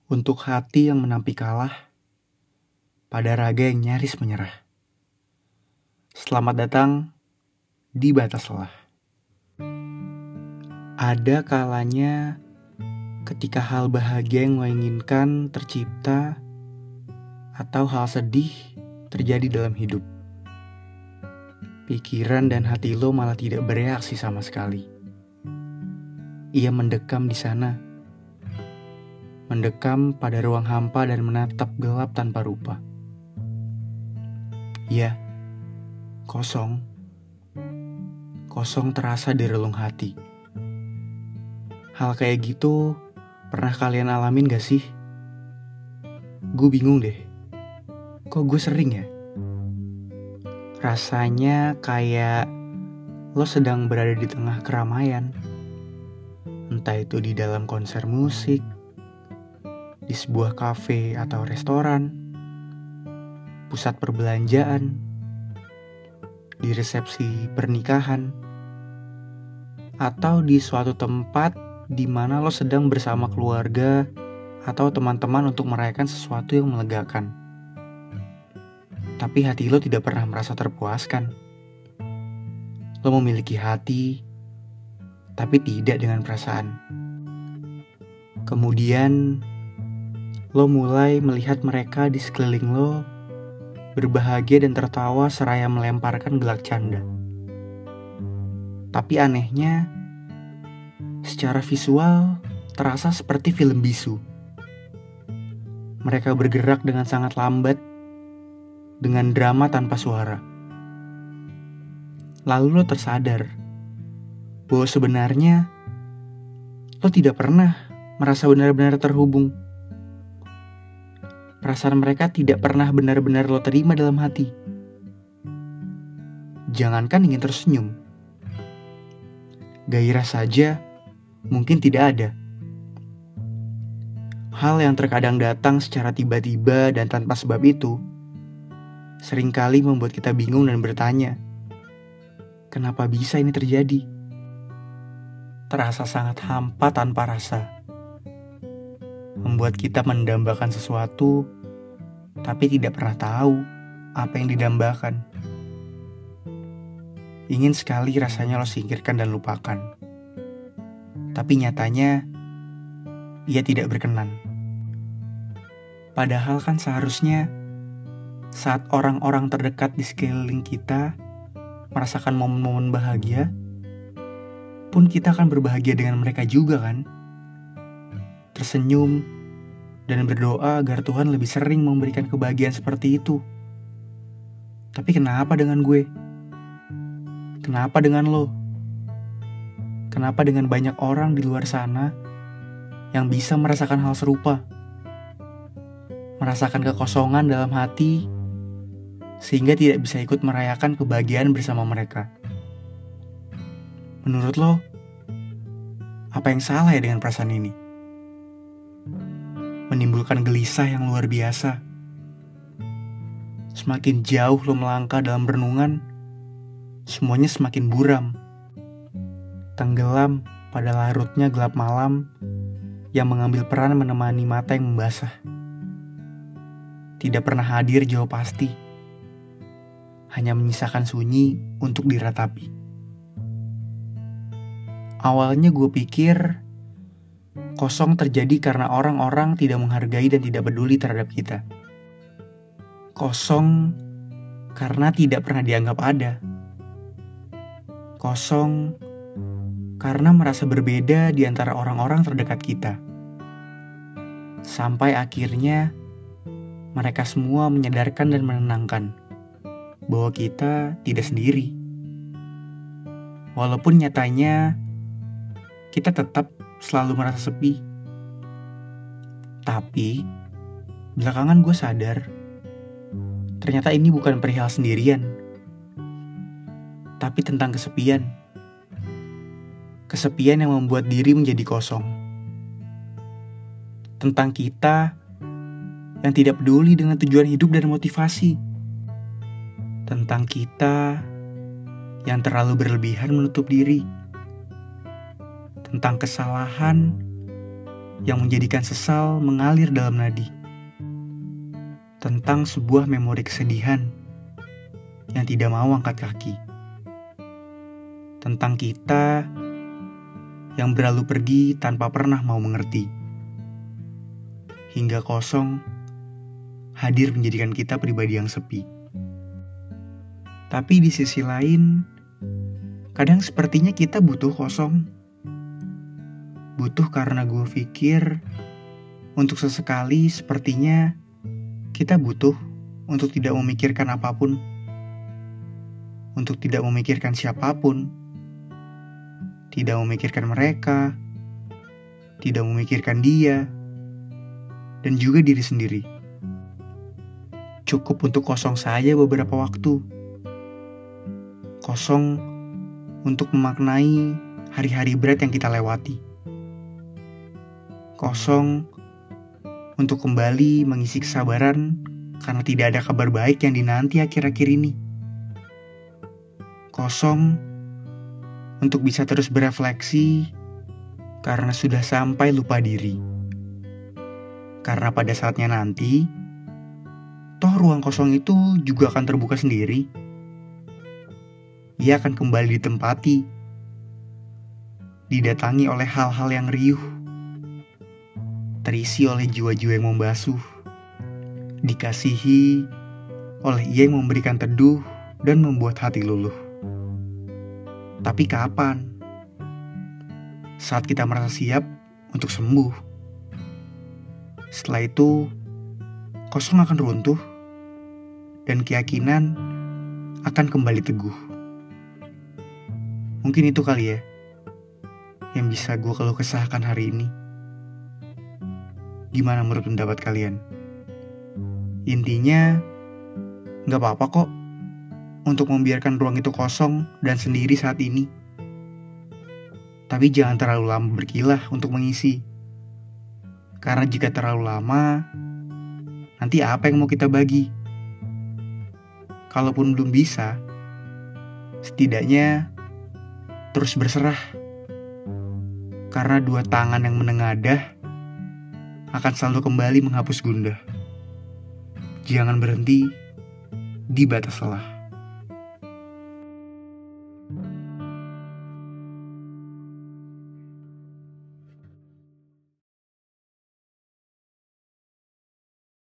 Untuk hati yang menampik kalah, pada raga yang nyaris menyerah. Selamat datang di batas lelah. Ada kalanya ketika hal bahagia yang lo inginkan tercipta atau hal sedih terjadi dalam hidup. Pikiran dan hati lo malah tidak bereaksi sama sekali. Ia mendekam di sana. Mendekam pada ruang hampa dan menatap gelap tanpa rupa. Ya, kosong. Kosong terasa di relung hati. Hal kayak gitu pernah kalian alamin gak sih? Gue bingung deh. Kok gue sering ya? Rasanya kayak lo sedang berada di tengah keramaian. Entah itu di dalam konser musik, di sebuah kafe atau restoran, pusat perbelanjaan, di resepsi pernikahan, atau di suatu tempat di mana lo sedang bersama keluarga atau teman-teman untuk merayakan sesuatu yang melegakan. Tapi hati lo tidak pernah merasa terpuaskan. Lo memiliki hati, tapi tidak dengan perasaan. Kemudian lo mulai melihat mereka di sekeliling lo berbahagia dan tertawa seraya melemparkan gelak canda. Tapi anehnya, secara visual terasa seperti film bisu. Mereka bergerak dengan sangat lambat, dengan drama tanpa suara. Lalu lo tersadar bahwa sebenarnya lo tidak pernah merasa benar-benar terhubung. Perasaan mereka tidak pernah benar-benar lo terima dalam hati. Jangankan ingin tersenyum, gairah saja mungkin tidak ada. Hal yang terkadang datang secara tiba-tiba dan tanpa sebab itu seringkali membuat kita bingung dan bertanya, kenapa bisa ini terjadi? Terasa sangat hampa tanpa rasa. Membuat kita mendambakan sesuatu, tapi tidak pernah tahu apa yang didambakan. Ingin sekali rasanya lo singkirkan dan lupakan. Tapi nyatanya, ia tidak berkenan. Padahal kan seharusnya, saat orang-orang terdekat di sekeliling kita merasakan momen-momen bahagia, pun kita akan berbahagia dengan mereka juga kan? Tersenyum dan berdoa agar Tuhan lebih sering memberikan kebahagiaan seperti itu. Tapi kenapa dengan gue? Kenapa dengan lo? Kenapa dengan banyak orang di luar sana yang bisa merasakan hal serupa? Merasakan kekosongan dalam hati sehingga tidak bisa ikut merayakan kebahagiaan bersama mereka. Menurut lo, apa yang salah ya dengan perasaan ini? Menimbulkan gelisah yang luar biasa. Semakin jauh lo melangkah dalam renungan, semuanya semakin buram. Tenggelam pada larutnya gelap malam yang mengambil peran menemani mata yang membasah. Tidak pernah hadir jawab pasti, hanya menyisakan sunyi untuk diratapi. Awalnya gue pikir kosong terjadi karena orang-orang tidak menghargai dan tidak peduli terhadap kita. Kosong karena tidak pernah dianggap ada. Kosong karena merasa berbeda di antara orang-orang terdekat kita. Sampai akhirnya mereka semua menyadarkan dan menenangkan bahwa kita tidak sendiri. Walaupun nyatanya kita tetap selalu merasa sepi. Tapi belakangan gue sadar ternyata ini bukan perihal sendirian, tapi tentang kesepian. Kesepian yang membuat diri menjadi kosong. Tentang kita yang tidak peduli dengan tujuan hidup dan motivasi. Tentang kita yang terlalu berlebihan menutup diri. Tentang kesalahan yang menjadikan sesal mengalir dalam nadi. Tentang sebuah memori kesedihan yang tidak mau angkat kaki. Tentang kita yang berlalu pergi tanpa pernah mau mengerti. Hingga kosong hadir menjadikan kita pribadi yang sepi. Tapi di sisi lain, kadang sepertinya kita butuh kosong. Butuh karena gue pikir untuk sesekali sepertinya kita butuh untuk tidak memikirkan apapun. Untuk tidak memikirkan siapapun. Tidak memikirkan mereka. Tidak memikirkan dia. Dan juga diri sendiri. Cukup untuk kosong saja beberapa waktu. Kosong untuk memaknai hari-hari berat yang kita lewati. Kosong untuk kembali mengisi kesabaran karena tidak ada kabar baik yang dinanti akhir-akhir ini. Kosong untuk bisa terus berefleksi karena sudah sampai lupa diri. Karena pada saatnya nanti, toh ruang kosong itu juga akan terbuka sendiri. Ia akan kembali ditempati, didatangi oleh hal-hal yang riuh, terisi oleh jiwa-jiwa yang membasuh, dikasihi oleh ia yang memberikan teduh dan membuat hati luluh. Tapi kapan? Saat kita merasa siap untuk sembuh. Setelah itu, kosong akan runtuh dan keyakinan akan kembali teguh. Mungkin itu kali ya yang bisa gue keluh kesahkan hari ini. Gimana menurut pendapat kalian? Intinya, gak apa-apa kok untuk membiarkan ruang itu kosong dan sendiri saat ini. Tapi jangan terlalu lama berkilah untuk mengisi. Karena jika terlalu lama, nanti apa yang mau kita bagi? Kalaupun belum bisa, setidaknya terus berserah. Karena dua tangan yang menengadah akan selalu kembali menghapus gundah. Jangan berhenti di batas lelah.